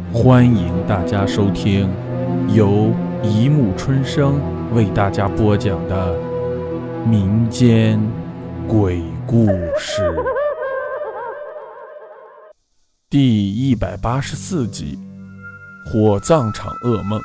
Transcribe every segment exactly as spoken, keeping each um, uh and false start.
欢迎大家收听由一木春生为大家播讲的民间鬼故事第一百八十四集，火葬场噩梦。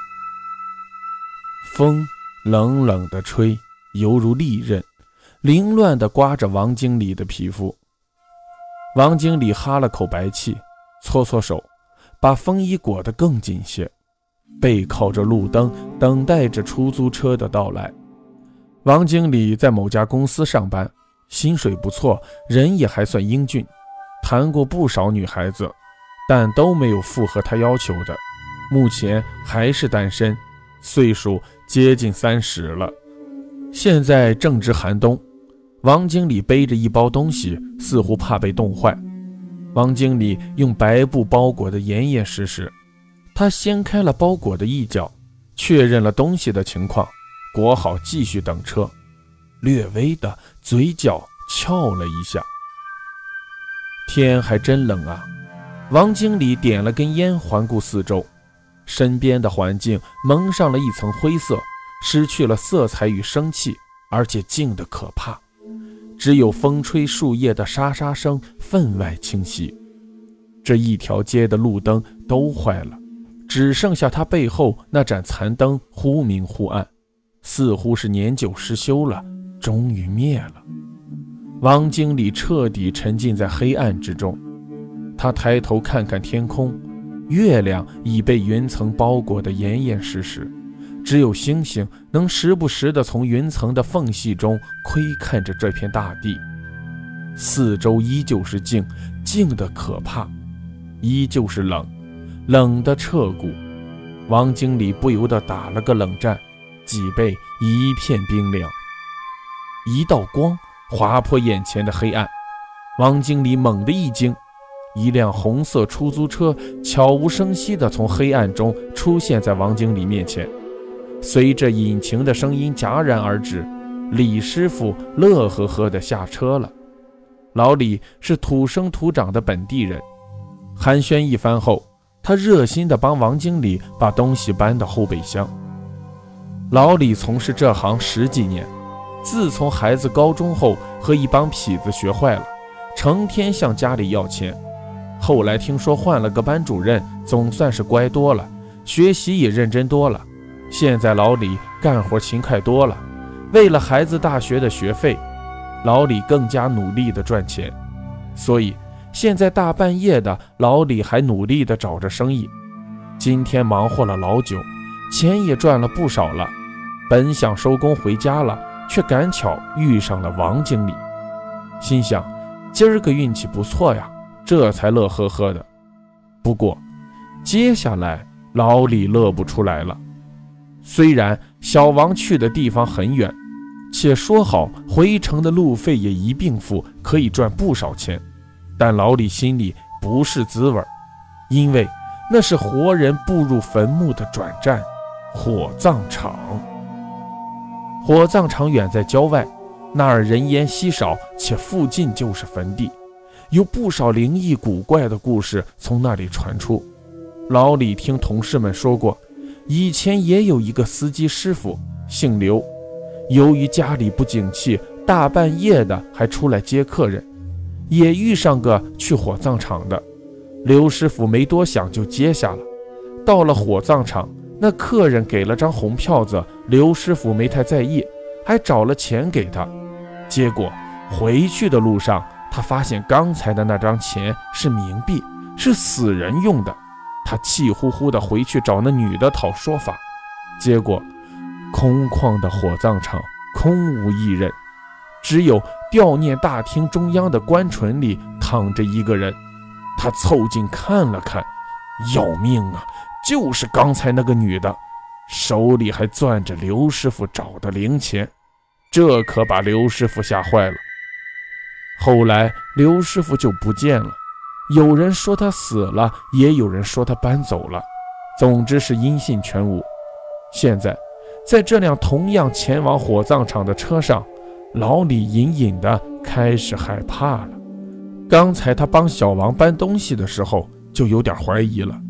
风冷冷地吹，犹如利刃，凌乱地刮着王经理的皮肤。王经理哈了口白气，搓搓手，把风衣裹得更紧些，背靠着路灯，等待着出租车的到来。王经理在某家公司上班，薪水不错，人也还算英俊，谈过不少女孩子，但都没有符合他要求的。目前还是单身，岁数接近三十了。现在正值寒冬，王经理背着一包东西，似乎怕被冻坏。王经理用白布包裹得严严实实，他掀开了包裹的一角，确认了东西的情况，裹好继续等车，略微的嘴角翘了一下。天还真冷啊！王经理点了根烟，环顾四周，身边的环境蒙上了一层灰色，失去了色彩与生气，而且静得可怕，只有风吹树叶的沙沙声分外清晰。这一条街的路灯都坏了，只剩下他背后那盏残灯忽明忽暗，似乎是年久失修了，终于灭了。王经理彻底沉浸在黑暗之中，他抬头看看天空，月亮已被云层包裹得严严实实，只有星星能时不时地从云层的缝隙中窥看着这片大地。四周依旧是静，静得可怕，依旧是冷，冷得彻骨。王经理不由得打了个冷战，脊背一片冰凉。一道光划破眼前的黑暗，王经理猛地一惊，一辆红色出租车悄无声息地从黑暗中出现在王经理面前。随着引擎的声音戛然而止，李师傅乐呵呵地下车了。老李是土生土长的本地人，寒暄一番后，他热心地帮王经理把东西搬到后备箱。老李从事这行十几年，自从孩子高中后和一帮痞子学坏了，成天向家里要钱。后来听说换了个班主任，总算是乖多了，学习也认真多了。现在老李干活勤快多了，为了孩子大学的学费，老李更加努力地赚钱。所以现在大半夜的，老李还努力地找着生意。今天忙活了老久，钱也赚了不少了，本想收工回家了，却赶巧遇上了王经理，心想今儿个运气不错呀，这才乐呵呵的。不过接下来老李乐不出来了。虽然小王去的地方很远，且说好回程的路费也一并付，可以赚不少钱，但老李心里不是滋味，因为那是活人步入坟墓的转站，火葬场。火葬场远在郊外，那儿人烟稀少，且附近就是坟地，有不少灵异古怪的故事从那里传出。老李听同事们说过，以前也有一个司机师傅姓刘，由于家里不景气，大半夜的还出来接客人，也遇上个去火葬场的。刘师傅没多想就接下了。到了火葬场，那客人给了张红票子，刘师傅没太在意，还找了钱给他。结果回去的路上，他发现刚才的那张钱是冥币，是死人用的。他气呼呼地回去找那女的讨说法，结果空旷的火葬场空无一人，只有吊念大厅中央的棺椁里躺着一个人。他凑近看了看，要命啊，就是刚才那个女的，手里还攥着刘师傅找的零钱，这可把刘师傅吓坏了。后来刘师傅就不见了，有人说他死了，也有人说他搬走了，总之是音信全无。现在在这辆同样前往火葬场的车上，老李隐隐地开始害怕了。刚才他帮小王搬东西的时候就有点怀疑了，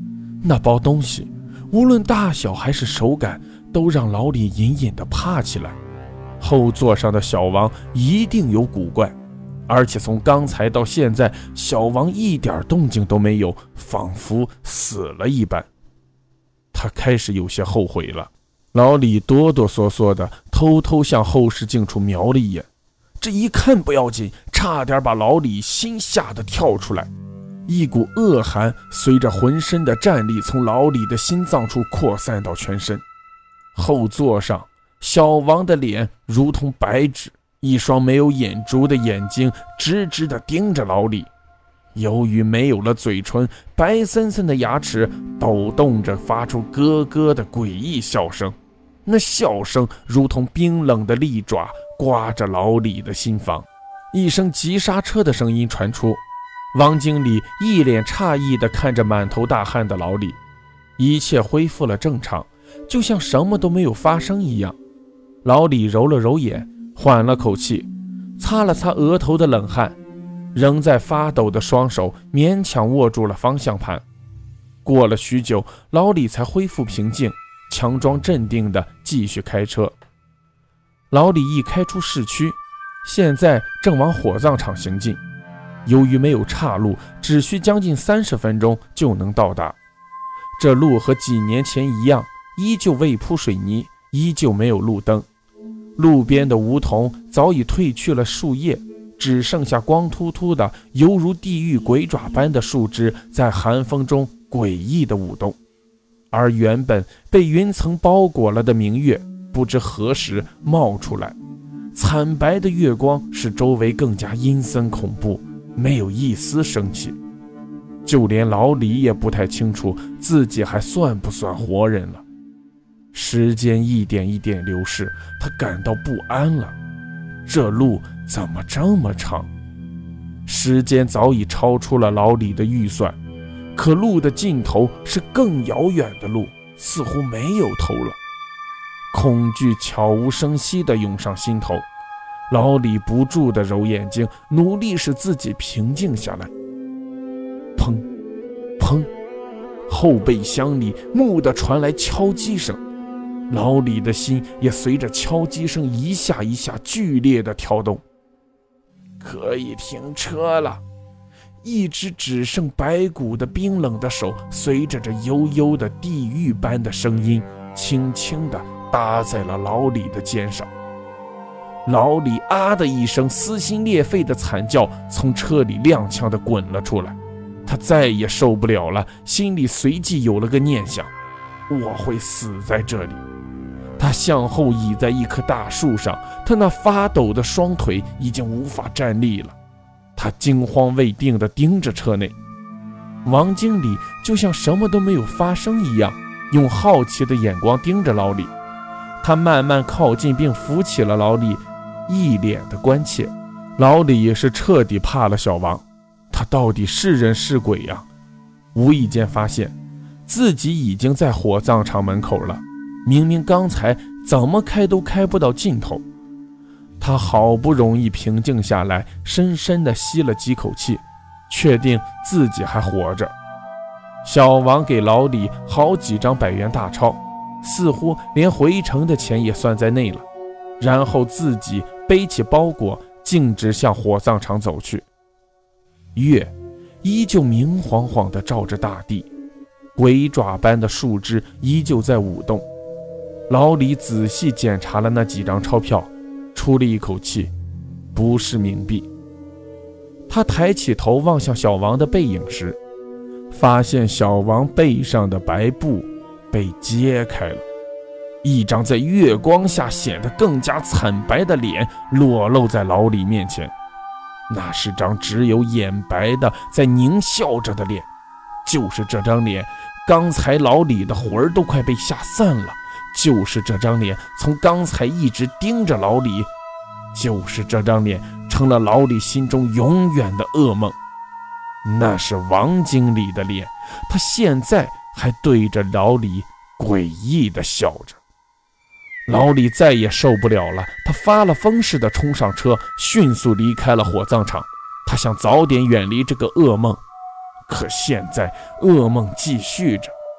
那包东西无论大小还是手感，都让老李隐隐地怕起来。后座上的小王一定有古怪，而且从刚才到现在，小王一点动静都没有，仿佛死了一般。他开始有些后悔了。老李哆哆嗦嗦的偷偷向后视镜处瞄了一眼，这一看不要紧，差点把老李心吓得跳出来。一股恶寒随着浑身的战力从老李的心脏处扩散到全身。后座上小王的脸如同白纸，一双没有眼珠的眼睛直直地盯着老李，由于没有了嘴唇，白森森的牙齿抖动着发出咯咯的诡异笑声，那笑声如同冰冷的利爪刮着老李的心房。一声急刹车的声音传出，王经理一脸诧异地看着满头大汗的老李，一切恢复了正常，就像什么都没有发生一样。老李揉了揉眼，缓了口气，擦了擦额头的冷汗，仍在发抖的双手勉强握住了方向盘。过了许久，老李才恢复平静，强装镇定地继续开车。老李一开出市区，现在正往火葬场行进，由于没有岔路，只需将近三十分钟就能到达。这路和几年前一样，依旧未铺水泥，依旧没有路灯，路边的梧桐早已褪去了树叶，只剩下光秃秃的犹如地狱鬼爪般的树枝在寒风中诡异的舞动。而原本被云层包裹了的明月不知何时冒出来，惨白的月光使周围更加阴森恐怖，没有一丝生气。就连老李也不太清楚自己还算不算活人了。时间一点一点流逝，他感到不安了。这路怎么这么长？时间早已超出了老李的预算，可路的尽头是更遥远的路，似乎没有头了。恐惧悄无声息地涌上心头，老李不住地揉眼睛，努力使自己平静下来。砰砰，后备箱里蓦地传来敲击声，老李的心也随着敲击声一下一下剧烈的跳动。可以停车了。一只只剩白骨的冰冷的手随着这悠悠的地狱般的声音轻轻地搭在了老李的肩上。老李啊的一声撕心裂肺的惨叫从车里踉跄地滚了出来，他再也受不了了，心里随即有了个念想，我会死在这里。他向后倚在一棵大树上，他那发抖的双腿已经无法站立了。他惊慌未定地盯着车内，王经理就像什么都没有发生一样，用好奇的眼光盯着老李。他慢慢靠近并扶起了老李，一脸的关切。老李也是彻底怕了小王，他到底是人是鬼呀？无意间发现自己已经在火葬场门口了，明明刚才怎么开都开不到尽头。他好不容易平静下来，深深地吸了几口气，确定自己还活着。小王给老李好几张百元大钞，似乎连回程的钱也算在内了，然后自己背起包裹径直向火葬场走去。月依旧明晃晃地照着大地，鬼爪般的树枝依旧在舞动。老李仔细检查了那几张钞票，出了一口气，不是冥币。他抬起头望向小王的背影时，发现小王背上的白布被揭开了，一张在月光下显得更加惨白的脸裸露在老李面前。那是张只有眼白的在狞笑着的脸，就是这张脸，刚才老李的魂儿都快被吓散了。就是这张脸从刚才一直盯着老李，就是这张脸成了老李心中永远的噩梦。那是王经理的脸，他现在还对着老李诡异地笑着。老李再也受不了了，他发了疯似的冲上车，迅速离开了火葬场。他想早点远离这个噩梦，可现在噩梦继续着。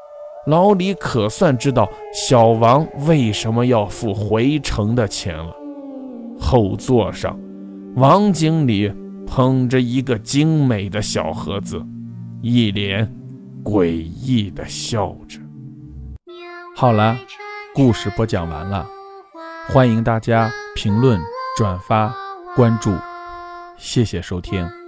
老李可算知道小王为什么要付回城的钱了。后座上，王经理捧着一个精美的小盒子，一脸诡异地笑着。好了，故事播讲完了，欢迎大家评论、转发、关注，谢谢收听。